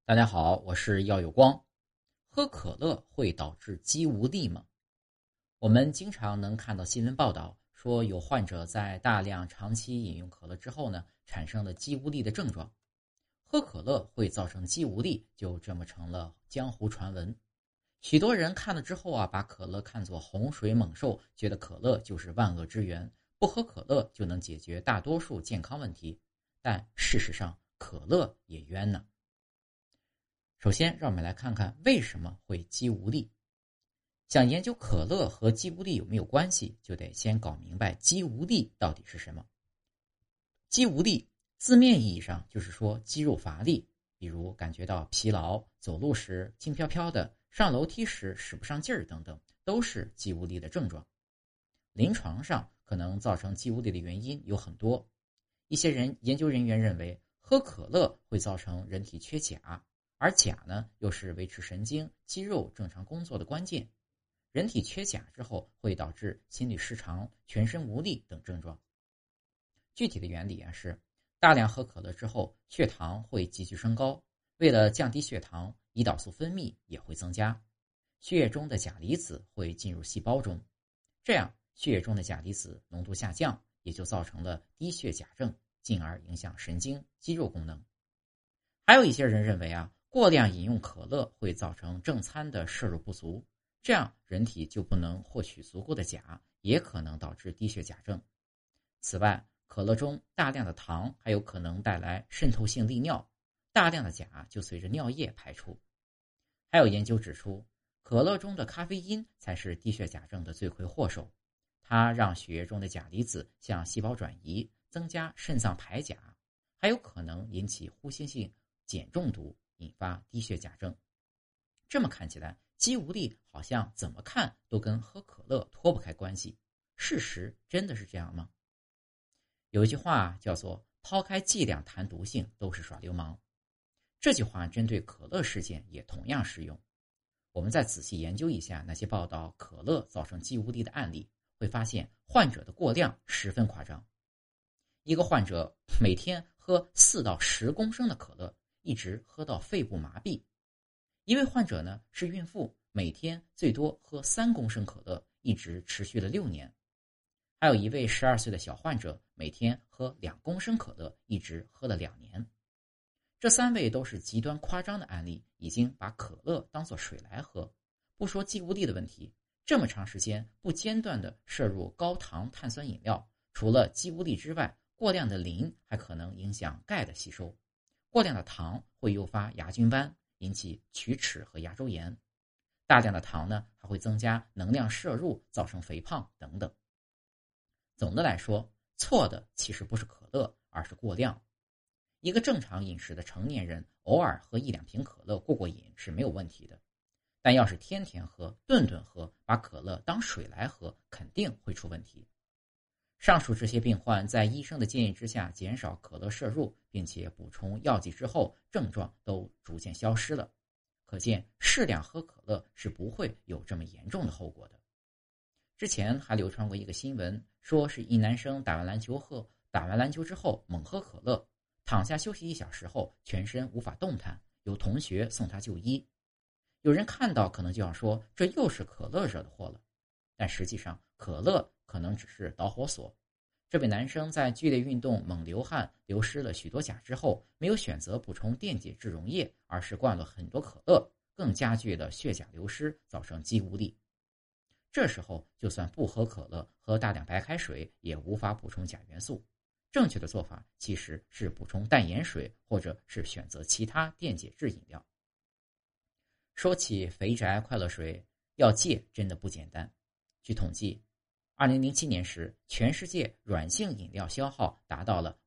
大家好，我是耀有光。喝可乐会导致肌无力吗？我们经常能看到新闻报道说，有患者在大量长期饮用可乐之后呢，产生了肌无力的症状。喝可乐会造成肌无力，就这么成了江湖传闻。许多人看了之后把可乐看作洪水猛兽，觉得可乐就是万恶之源，不喝可乐就能解决大多数健康问题。但事实上，可乐也冤呢。首先，让我们来看看为什么会肌无力。想研究可乐和肌无力有没有关系，就得先搞明白肌无力到底是什么。肌无力字面意义上就是说肌肉乏力，比如感觉到疲劳，走路时轻飘飘的，上楼梯时使不上劲儿等等，都是肌无力的症状。临床上可能造成肌无力的原因有很多，一些研究人员认为喝可乐会造成人体缺钾，而钾呢又是维持神经肌肉正常工作的关键。人体缺钾之后会导致心律失常、全身无力等症状。具体的原理是，大量喝可乐之后，血糖会急剧升高，为了降低血糖，胰岛素分泌也会增加，血液中的钾离子会进入细胞中，这样血液中的钾离子浓度下降，也就造成了低血钾症，进而影响神经肌肉功能。还有一些人认为过量饮用可乐会造成正餐的摄入不足，这样人体就不能获取足够的钾，也可能导致低血钾症。此外，可乐中大量的糖还有可能带来渗透性利尿，大量的钾就随着尿液排出。还有研究指出，可乐中的咖啡因才是低血钾症的罪魁祸首，它让血液中的钾离子向细胞转移，增加肾脏排钾，还有可能引起呼吸性碱中毒，引发低血钾症。这么看起来，肌无力好像怎么看都跟喝可乐脱不开关系。事实真的是这样吗？有一句话叫做抛开剂量谈毒性都是耍流氓，这句话针对可乐事件也同样适用。我们再仔细研究一下那些报道可乐造成肌无力的案例，会发现患者的过量十分夸张。一个患者每天喝4到10公升的可乐，一直喝到肺部麻痹。一位患者呢是孕妇，每天最多喝3公升可乐，一直持续了6年。还有一位12岁的小患者，每天喝2公升可乐，一直喝了2年。这3位都是极端夸张的案例，已经把可乐当作水来喝。不说肌无力的问题，这么长时间不间断地摄入高糖碳酸饮料，除了肌无力之外，过量的磷还可能影响钙的吸收，过量的糖会诱发牙菌斑，引起龋齿和牙周炎。大量的糖呢，还会增加能量摄入，造成肥胖等等。总的来说，错的其实不是可乐，而是过量。一个正常饮食的成年人，偶尔喝1-2瓶可乐过瘾是没有问题的。但要是天天喝、顿顿喝，把可乐当水来喝，肯定会出问题。上述这些病患在医生的建议之下减少可乐摄入，并且补充药剂之后，症状都逐渐消失了。可见适量喝可乐是不会有这么严重的后果的。之前还流传过一个新闻，说是一男生打完篮球之后猛喝可乐，躺下休息1小时后全身无法动弹，有同学送他就医。有人看到可能就要说，这又是可乐惹的祸了。但实际上可乐可能只是导火索。这位男生在剧烈运动猛流汗，流失了许多钾之后，没有选择补充电解质溶液，而是灌了很多可乐，更加剧了血钾流失，造成肌无力。这时候就算不喝可乐，喝大量白开水也无法补充钾元素。正确的做法其实是补充淡盐水，或者是选择其他电解质饮料。说起肥宅快乐水，要戒真的不简单。据统计，2007年时，全世界软性饮料消耗达到了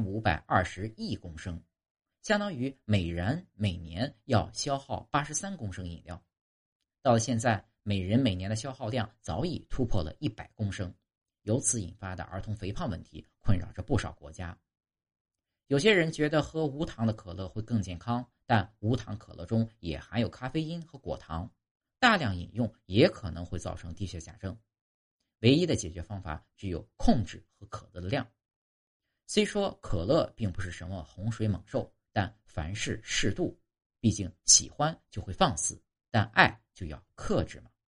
5520亿公升，相当于每人每年要消耗83公升饮料。到了现在，每人每年的消耗量早已突破了100公升，由此引发的儿童肥胖问题困扰着不少国家。有些人觉得喝无糖的可乐会更健康，但无糖可乐中也含有咖啡因和果糖，大量饮用也可能会造成低血钾症。唯一的解决方法只有控制喝可乐的量。虽说可乐并不是什么洪水猛兽，但凡事适度， 毕竟喜欢就会放肆，但爱就要克制嘛。